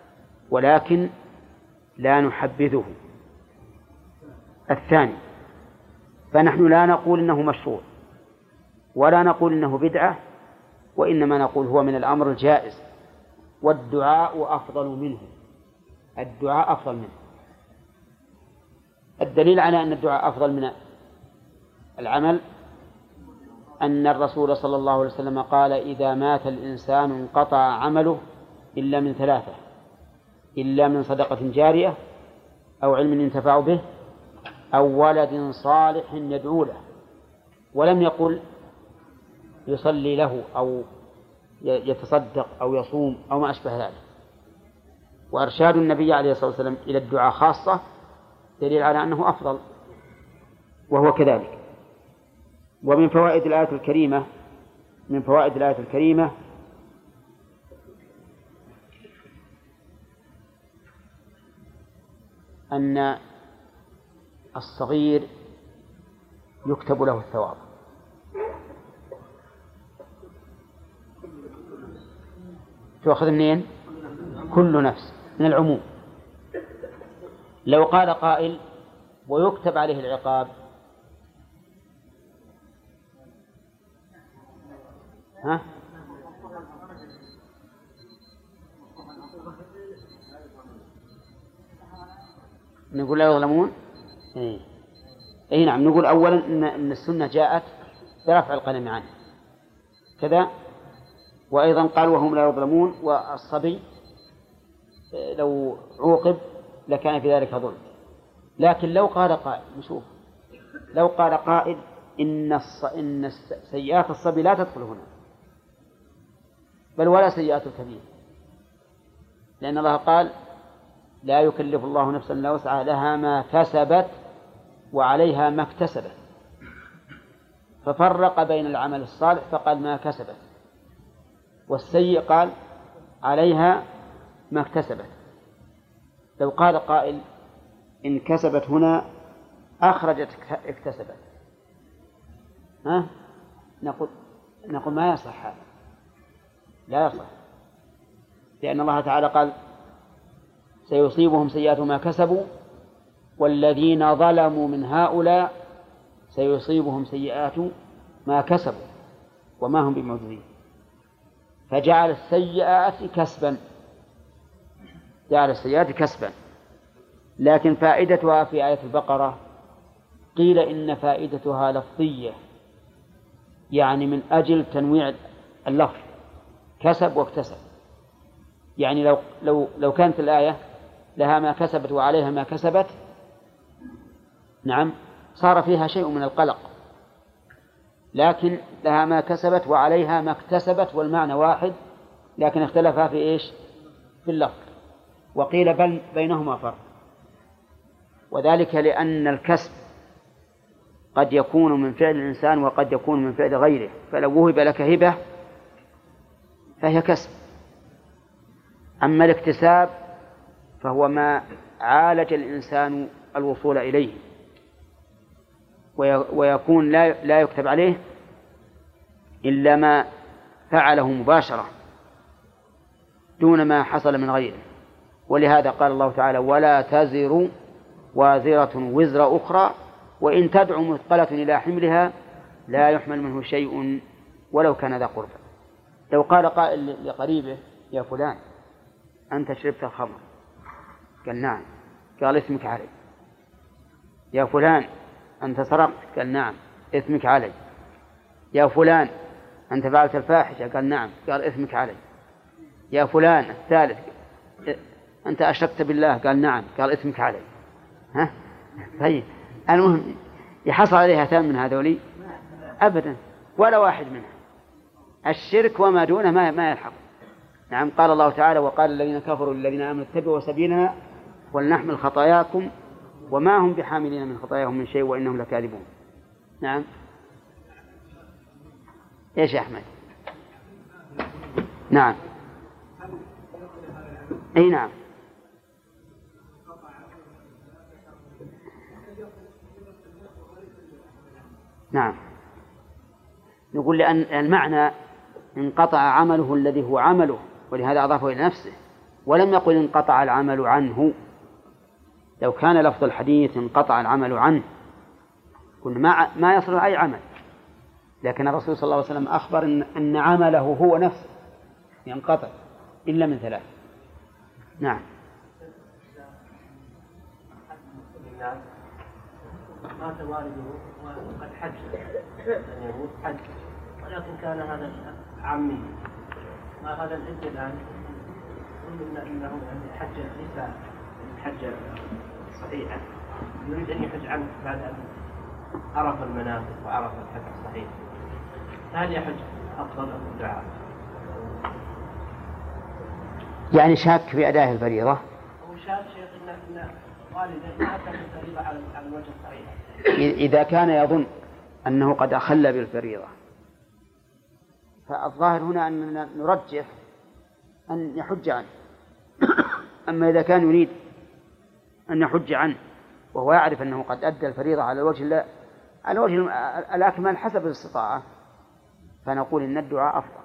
ولكن لا نحبذه؟ الثاني، فنحن لا نقول إنه مشروع ولا نقول إنه بدعة، وإنما نقول هو من الأمر الجائز، والدعاء أفضل منه. الدعاء أفضل منه. الدليل على أن الدعاء أفضل من العمل أن الرسول صلى الله عليه وسلم قال: إذا مات الإنسان انقطع عمله إلا من ثلاثة: إلا من صدقة جارية، أو علم ينتفع به، أو ولد صالح يدعو له. ولم يقل يصلي له أو يتصدق أو يصوم أو ما أشبه ذلك. وإرشاد النبي عليه الصلاة والسلام إلى الدعاء خاصة دليل على أنه أفضل، وهو كذلك. ومن فوائد الآية الكريمة أن الصغير يكتب له الثواب. تؤخذ منين؟ كل نفس، من العموم. لو قال قائل: ويكتب عليه العقاب، ها؟ نقول لا يظلمون. أي نعم. نقول أولا إن السنة جاءت برفع القلم عنه كذا، وأيضا قال وهم لا يظلمون، والصبي لو عوقب لكان في ذلك ظلم. لكن لو قال قائل، نشوف، لو قال قائل إن سيئات الصبي لا تدخل هنا، بل ولا سيئات الكبير، لأن الله قال: لا يكلف الله نفسا إلا وسعها، لها ما كسبت وعليها ما اكتسبت. ففرق بين العمل الصالح فقال ما كسبت، والسيء قال عليها ما اكتسبت. لو قال قائل إن كسبت هنا أخرجت اكتسبت، نقول ما يصح هذا، لا يصح، لأن الله تعالى قال: سيصيبهم سيئات ما كسبوا والذين ظلموا من هؤلاء سيصيبهم سيئات ما كسبوا وما هم بمعجزين. فجعل السيئات كسبا، جعل السيئات كسبا. لكن فائدتها في آية البقرة قيل إن فائدتها لفظية، يعني من أجل تنويع اللفظ، كسب واكتسب. يعني لو كانت الآية لها ما كسبت وعليها ما كسبت، نعم، صار فيها شيء من القلق. لكن لها ما كسبت وعليها ما اكتسبت، والمعنى واحد، لكن اختلفا في إيش؟ في اللفظ. وقيل بل بينهما فرق، وذلك لأن الكسب قد يكون من فعل الإنسان وقد يكون من فعل غيره. فلو وهب لك هبة فهي كسب، أما الاكتساب فهو ما عالج الإنسان الوصول إليه، ويكون لا يكتب عليه إلا ما فعله مباشرة دون ما حصل من غيره. ولهذا قال الله تعالى: ولا تزر وازرة وزر أخرى وإن تدع مثقلة إلى حملها لا يحمل منه شيء ولو كان ذا قربى. لو قال قائل لقريبه: يا فلان أنت شربت الخمر، قال نعم، قال اسمك علي. يا فلان أنت سرقت، قال نعم، اسمك علي. يا فلان أنت فعلت الفاحشة، قال نعم، قال اسمك علي. يا فلان الثالث أنت أشركت بالله، قال نعم، قال اسمك علي. ها؟ طيب، المهم يحصل عليها ثان من هذولي؟ أبدا، ولا واحد منها. الشرك وما دونه ما يلحق. نعم، قال الله تعالى: وقال الذين كفروا للذين آمنوا اتبعوا سبيلنا ولنحمل خطاياكم وما هم بحاملين من خطاياهم من شيء وإنهم لكاذبون. نعم. إيش يا أحمد؟ نعم. أي نعم. نعم، نقول لأن المعنى انقطع عمله الذي هو عمله، ولهذا أضافه إلى نفسه، ولم يقل انقطع العمل عنه. لو كان لفظ الحديث انقطع العمل عنه قلنا ما يصل أي عمل، لكن الرسول صلى الله عليه وسلم أخبر أن عمله هو نفسه ينقطع إلا من ثلاث. نعم. مات والده وقد حج أن يموت حج، ولكن كان هذا عمي، ما هذا الحج الآن قلنا إنه حج ليس حج صحيحا، يريد أن يحج عنه بعد أن عرف المناسك وعرف الحج الصحيح، هل يحج أفضل أم الدعاء؟ يعني شاك في أداء الفريضة؟ هو شاك شيخ إن والده ما أتى الفريضة على الوجه الصحيح. إذا كان يظن أنه قد أخل بالفريضة، فالظاهر هنا أننا نرجح أن يحج عنه. أما إذا كان يريد أن يحج عنه وهو يعرف أنه قد أدى الفريضة على الوجه الأكمل حسب الاستطاعة، فنقول إن الدعاء أفضل.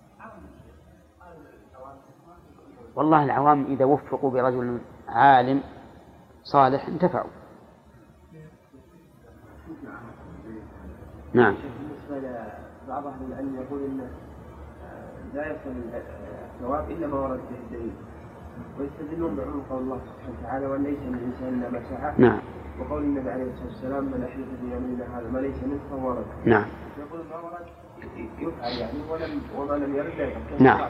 والله العوام إذا وفقوا برجل عالم صالح انتفعوا. نعم. بالنسبة لبعض أهل العلم يقول إن لا يصل الثواب إلا ما ورد به الدليل، ويستدلون بعموم قول الله سبحانه وتعالى وأن ليس للإنسان إلا ما سعى. نعم. وقول النبي عليه الصلاة والسلام من أحدث في يميننا هذا ما ليس منه فهو ورد. نعم. يقول ما ورد يفعل يعني وما لم يرد لا يفعل. نعم.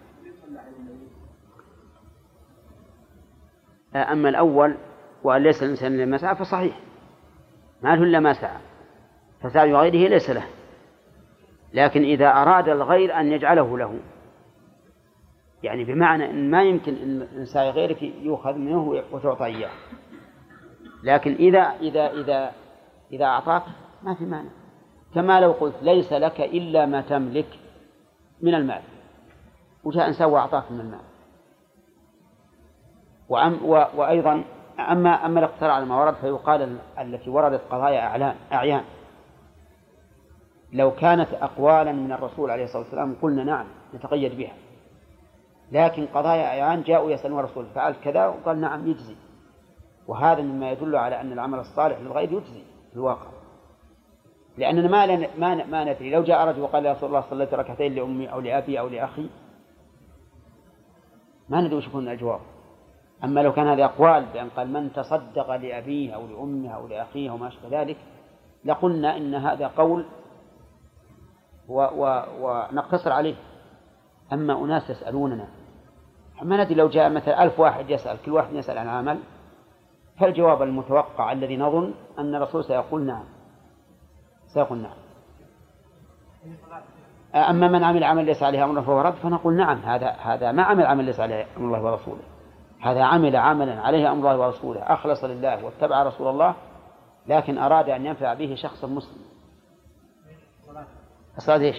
أما الأول وأن ليس الإنسان إلا ما سعى فصحيح، ما له إلا ما سعى، فسعي غيره ليس له. لكن إذا أراد الغير أن يجعله له، يعني بمعنى أن ما يمكن أن سعي غيرك يؤخذ منه وتعطى إياه، لكن إذا أعطاك ما في مانع، كما لو قلت ليس لك إلا ما تملك من المال، وجاء إنسان وأعطاك من المال. وأيضا أما الاقتصار على ما ورد فيقال التي وردت قضايا أعيان، لو كانت أقوالا من الرسول عليه الصلاة والسلام قلنا نعم نتقيد بها، لكن قضايا أعيان جاءوا يسألون الرسول فعل كذا وقال نعم يجزي، وهذا مما يدل على أن العمل الصالح للغير يجزي في الواقع، لأننا ما ندري لو جاء رجل وقال يا رسول الله صليت ركعتين لأمي أو لأبي أو لأخي، ما ندري وش يكون الجواب. أما لو كان هذا أقوال بأن قال من تصدق لأبيه أو لأمه أو لأخيه وما أشبه ذلك، لقلنا إن هذا قول ونقتصر عليه. أما أناس يسألوننا ما ندري، لو جاء مثلا 1000 واحد يسأل كل واحد يسأل عن عمل، فالجواب المتوقع الذي نظن أن الرسول سيقول نعم. أما من عمل عمل ليس عليه أمر فهو رد، فنقول نعم هذا ما عمل عمل ليس عليه أمر الله ورسوله، هذا عمل عملا عليه أمر الله ورسوله، أخلص لله واتبع رسول الله، لكن أراد أن ينفع به شخص مسلم. الصلاة إيش؟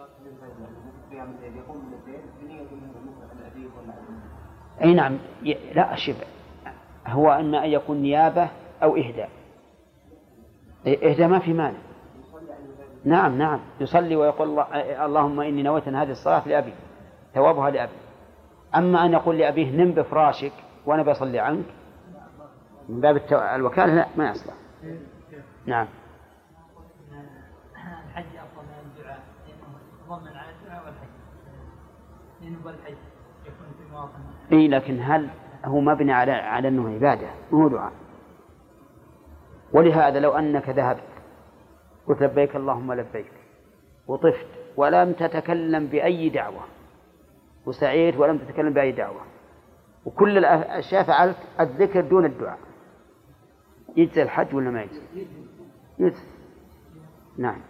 أي نعم. لا الشفع هو إما أن يكون نيابة أو إهداء. إهداء ما في مانع. نعم يصلي ويقول اللهم إني نويت هذه الصلاة لأبي، ثوابها لأبي. أما أن يقول لأبيه نم بفراشك وأنا بصلي عنك من باب الوكالة، لا ما يصلح. نعم. الحج أفضل من الدعاء لأنه ضمن على الدعاء والحج، لأنه بالحج يكون في مواطن. إيه لكن هل هو مبني على أنه عبادة مو دعاء؟ ولهذا لو أنك ذهبت قلت لبيك اللهم لبيك وطفت ولم تتكلم بأي دعوة وسعيت ولم تتكلم بأي دعوة وكل الأشياء فعلت الذكر دون الدعاء، يجزي الحج ولا ما يجزي؟ يجزي. نعم.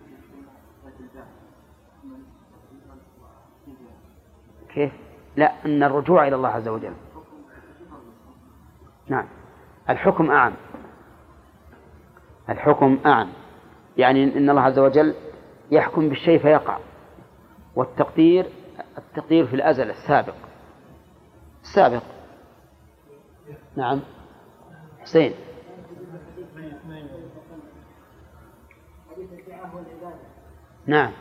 كيف؟ لا، أن الرجوع إلى الله عز وجل. نعم. الحكم أعم، يعني إن الله عز وجل يحكم بالشيء فيقع، والتقدير في الأزل السابق. نعم. حسين. نعم.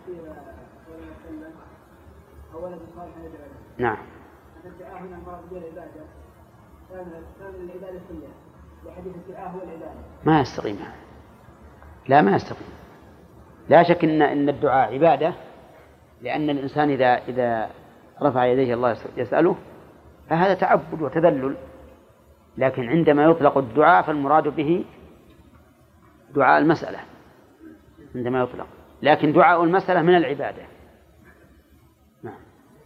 نعم. الدعاء هنا مراد بالعبادة، كان العبادة كلها لحديث الدعاء هو العبادة. ما يستقيم. لا ما يستقيم. لا شك إن الدعاء عبادة، لأن الإنسان إذا رفع يديه الله يسأله فهذا تعبد وتذلل، لكن عندما يطلق الدعاء فالمراد به دعاء المسألة عندما يطلق، لكن دعاء المسألة من العبادة. نعم.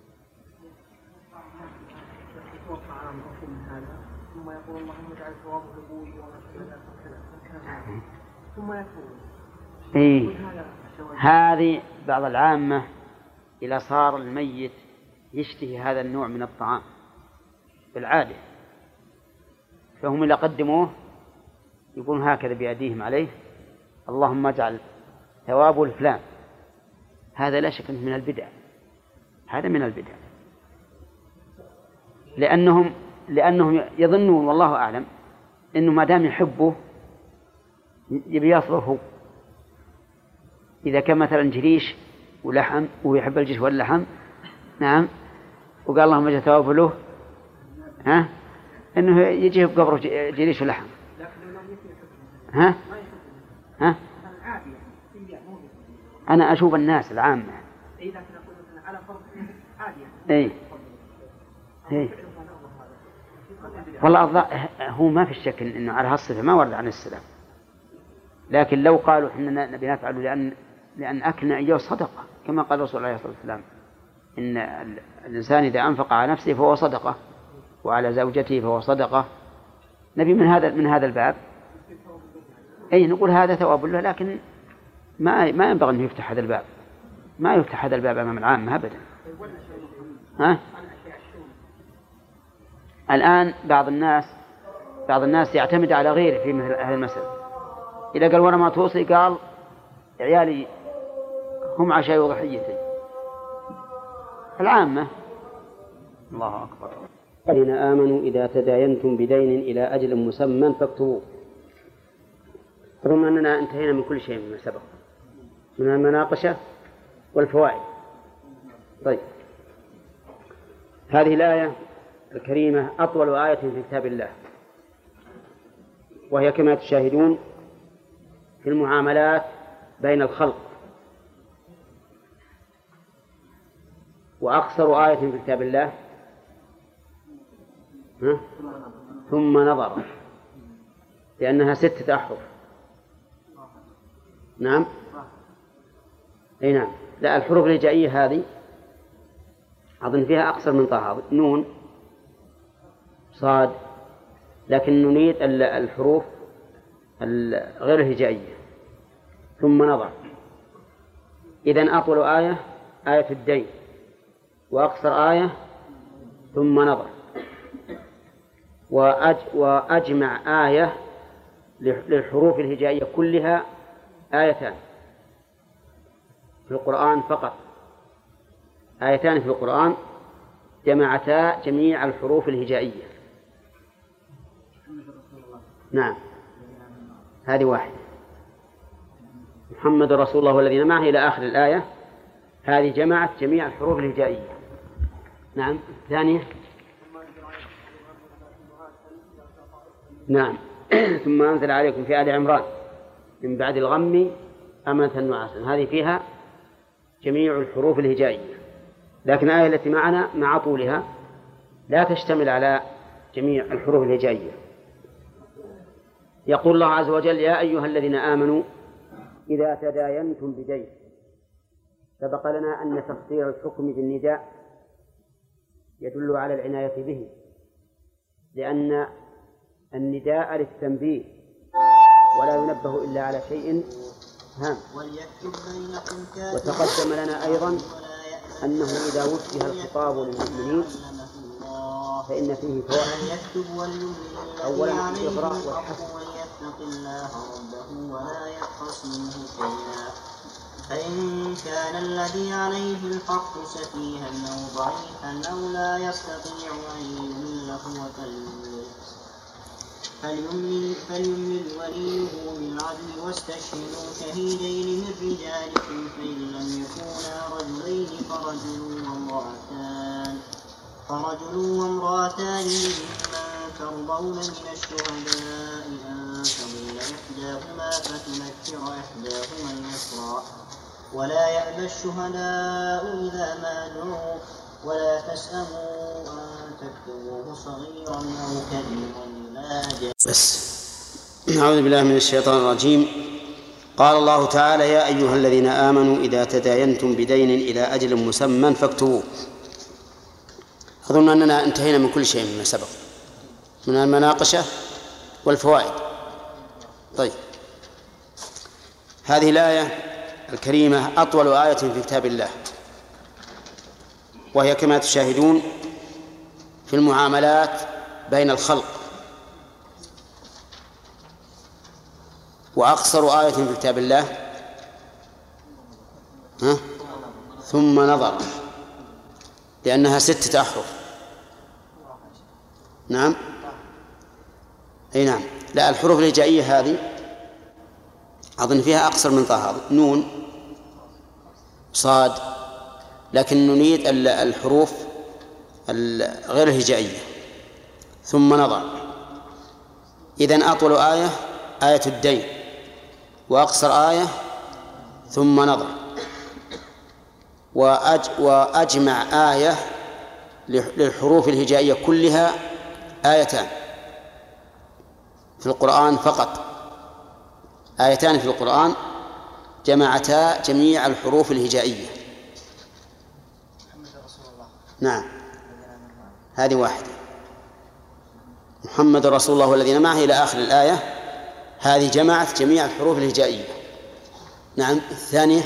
ثم يقول اللهم اجعل ثوابه لابوي ثم يقول هذه بعض العامة إذا صار الميت يشتهي هذا النوع من الطعام بالعادة، فهم إذا قدموه يقولون هكذا بأيديهم عليه اللهم اجعل ثوابه لفلان. هذا لا شك من البدع، هذا من البدع، لأنهم يظنون والله أعلم إنه ما دام يحبه يبي يصرفه. إذا كان مثلا جريش ولحم ويحب الجريش واللحم، نعم، وقال اللهم اجعل ثوابه له، إنه يجي بقبره جريش ولحم. أنا أشوف الناس العامة والله هو ما في الشك إنه على هالصفة ما ورد عن السلام، لكن لو قالوا إحنا نبي نفعله لأن أكلنا إياه صدقة، كما قال رسول الله صلى الله عليه وسلم إن الإنسان إذا أنفق على نفسه فهو صدقة وعلى زوجته فهو صدقة. نبي من هذا الباب نقول هذا ثواب له، لكن ما ينبغي أن يفتح هذا الباب، ما يفتح هذا الباب أمام العامة أبدا. الآن بعض الناس يعتمد على غيره في مثل هذه المسألة. إذا قال وانا ما توصي قال عيالي هم عشاء وضحيتي. العامة. الله أكبر. الذين آمنوا إذا تداينتم بدين إلى أجل مسمى فاكتبوه. رغم أننا انتهينا من كل شيء مما سبق من المناقشة والفوائد. طيب، هذه الآية الكريمة أطول آية في كتاب الله، وهي كما تشاهدون في المعاملات بين الخلق، وأقصر آية في كتاب الله ثم نظر، لأنها 6 أحرف. نعم، أي نعم. لا، الحروف الهجائية هذه أظن فيها أقصر من طه، نون صاد، لكن نريد الحروف غير الهجائية. ثم نظر، إذن أطول آية الدين، وأقصر آية ثم نظر. وأجمع آية للحروف الهجائية كلها آيتان في القرآن فقط، آيتان في القرآن جمعتا جميع الحروف الهجائية. نعم، هذه واحدة، محمد رسول الله والذين معه إلى آخر الآية، هذه جمعت جميع الحروف الهجائية. نعم. ثانية، نعم، ثم أنزل عليكم في آل عمران من بعد الغم أمنة نعاسا، هذه فيها جميع الحروف الهجائية، لكن الآية التي معنا مع طولها لا تشتمل على جميع الحروف الهجائية. يقول الله عز وجل: يا أيها الذين آمنوا إذا تداينتم بدين. سبق لنا أن تفسير الحكم بالنداء يدل على العناية به، لأن النداء للتنبيه ولا ينبه إلا على شيء هام. وتقدم لنا أيضا أنه إذا وجه الخطاب للمؤمنين فإن فيه فوائد. أولا الإغراء والحث، فإن كان الذي عليه الحق سفيها أو ضعيفا أو لا يستطيع أن يمل هو فليمل وليه بالعدل واستشهدوا شهيدين من رجالكم فإن لم يكونا رجلين فرجل وامرأتان ممن ترضون من الشهداء أن تضل إحداهما فتذكر إحداهما الأخرى ولا يأبى الشهداء إذا ما دعوا ولا تسأموا أن تكتبوه صغيرا أو كبيرا إلى أجل. بس أعوذ بالله من الشيطان الرجيم. قال الله تعالى: يا أيها الذين آمنوا إذا تداينتم بدين إلى أجل مسمى فاكتبوه. أظن أننا انتهينا من كل شيء مما سبق من المناقشة والفوائد. طيب، هذه الآية الكريمة أطول آية في كتاب الله، وهي كما تشاهدون في المعاملات بين الخلق، وأقصر آية في كتاب الله ثم نظر، لأنها 6 أحرف. نعم، أي نعم. لا، الحروف الهجائية هذه أظن فيها أقصر من طه، نون صاد، لكن نريد الحروف غير الهجائية. ثم نظر، إذن أطول آية آية الدين، وأقصر آية ثم نظر، وأجمع آية للحروف الهجائية كلها آيتان في القرآن فقط، آيتان في القرآن جمعتا جميع الحروف الهجائية. نعم، هذه واحدة، محمد رسول الله والذين معه إلى آخر الآية، هذه جمعت جميع الحروف الهجائية. نعم، الثانية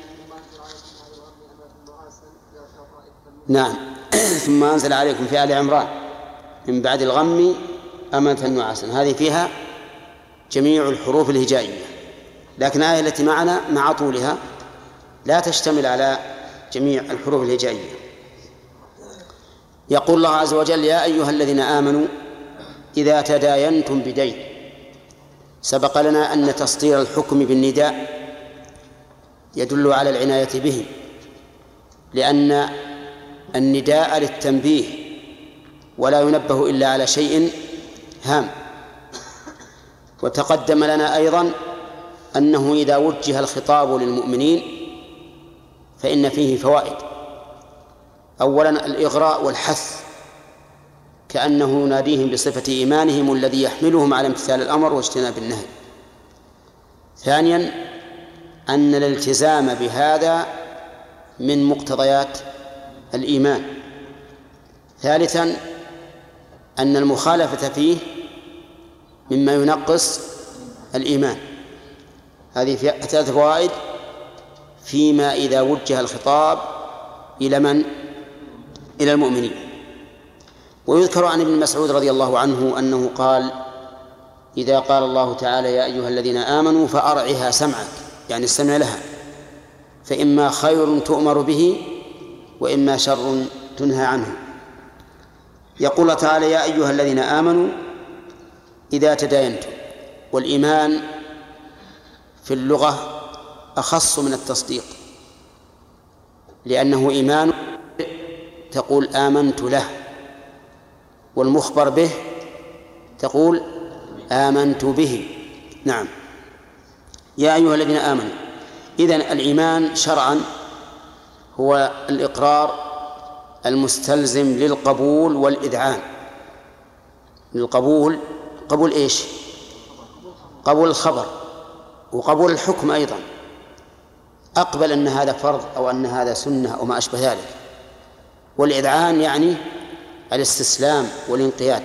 نعم ثم أنزل عليكم في آل عمران من بعد الغم أمنة نعاسا، هذه فيها جميع الحروف الهجائية، لكن الآية التي معنا مع طولها لا تشتمل على جميع الحروف الهجائية. يقول الله عز وجل: يا أيها الذين آمنوا إذا تداينتم بدين. سبق لنا أن تسطير الحكم بالنداء يدل على العناية به، لأن النداء للتنبيه ولا ينبه إلا على شيء هام. وتقدم لنا أيضا أنه إذا وجه الخطاب للمؤمنين فإن فيه فوائد. أولا الإغراء والحث، كأنه يناديهم بصفة إيمانهم الذي يحملهم على امتثال الأمر واجتناب النهي. ثانيا أن الالتزام بهذا من مقتضيات الإيمان. ثالثا أن المخالفة فيه مما ينقص الإيمان. هذه 3 فوائد فيما إذا وجه الخطاب إلى من؟ إلى المؤمنين. ويذكر عن ابن مسعود رضي الله عنه أنه قال: إذا قال الله تعالى: يا أيها الذين آمنوا فأرعها سمعك، يعني استمع لها، فإما خير تؤمر به وإما شر تنهى عنه. يقول الله تعالى: يا أيها الذين آمنوا إذا تداينتم. والإيمان في اللغة أخص من التصديق، لأنه إيمان تقول آمنت له، والمخبر به تقول آمنت به. نعم، يا أيها الذين آمنوا. إذن الإيمان شرعا هو الإقرار المستلزم للقبول والإذعان. للقبول، قبول إيش؟ قبول الخبر وقبول الحكم أيضا، أقبل أن هذا فرض أو أن هذا سنة أو ما أشبه ذلك. والإذعان يعني الاستسلام والانقياد.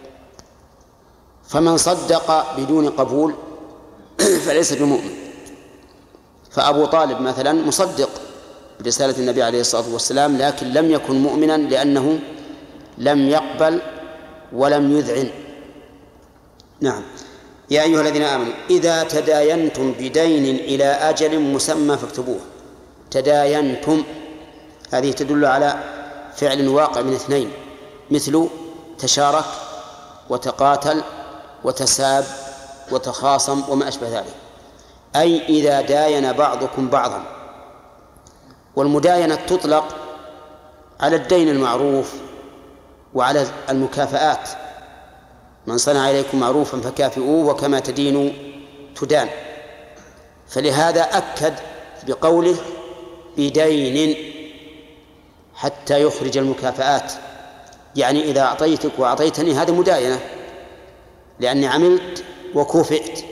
فمن صدق بدون قبول فليس بمؤمن. فأبو طالب مثلا مصدق برسالة النبي عليه الصلاة والسلام، لكن لم يكن مؤمنا لأنه لم يقبل ولم يذعن. نعم، يا أيها الذين آمنوا إذا تداينتم بدين إلى أجل مسمى فاكتبوه. تداينتم هذه تدل على فعل واقع من 2، مثل تشارك وتقاتل وتساب وتخاصم وما أشبه ذلك، أي إذا داين بعضكم بعضا. والمداينة تطلق على الدين المعروف وعلى المكافآت من صنع إليكم معروفا فكافئوه وكما تدين تدان. فلهذا أكد بقوله بدين حتى يخرج المكافآت، يعني إذا أعطيتك وأعطيتني هذه مداينة لأني عملت وكوفئت.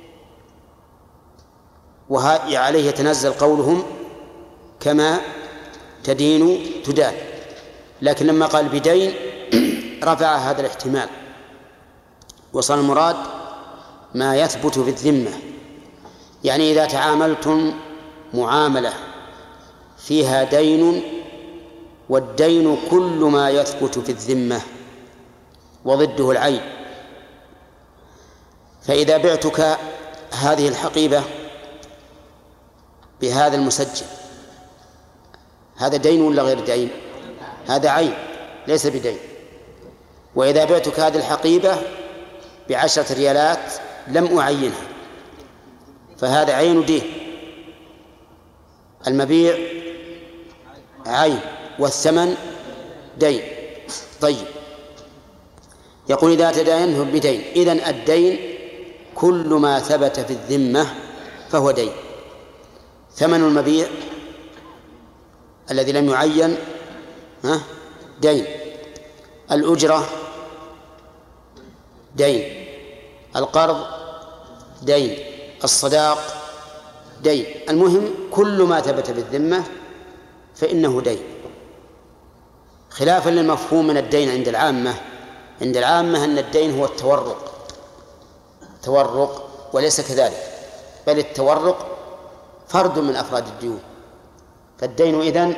وعليه يتنزل قولهم كما تدين تدان. لكن لما قال بدين رفع هذا الاحتمال، وصل المراد ما يثبت في الذمة. يعني إذا تعاملتم معاملة فيها دين، والدين كل ما يثبت في الذمة وضده العين، فإذا بعتك هذه الحقيبة بهذا المسجل، هذا دين ولا غير دين؟ هذا عين ليس بدين. وإذا بعتك هذه الحقيبة ب10 ريالات لم أعينها، فهذا عين دين. المبيع عين والثمن دين. طيب، يقول إذا تداينه بدين، إذن الدين كل ما ثبت في الذمة فهو دين. ثمن المبيع الذي لم يعين دين، الأجرة دين، القرض دين، الصداق دين. المهم كل ما ثبت بالذمة فإنه دين، خلافا للمفهوم من الدين عند العامة. عند العامة أن الدين هو التورق، وليس كذلك، بل التورق فرد من أفراد الديون. فالدين إذن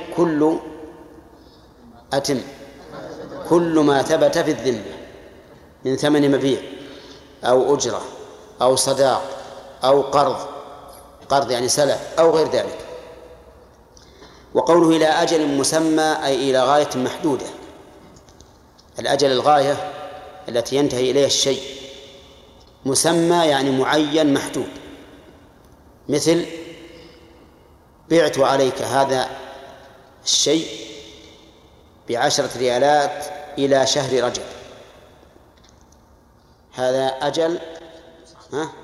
كل ما ثبت في الذمة من ثمن مبيع أو أجرة أو صداق أو قرض يعني سلف أو غير ذلك. وقوله إلى أجل مسمى أي إلى غاية محدودة. الأجل الغاية التي ينتهي إليها الشيء، مسمى يعني معين محدود. مثل بعت عليك هذا الشيء ب10 ريالات إلى شهر رجب، هذا أجل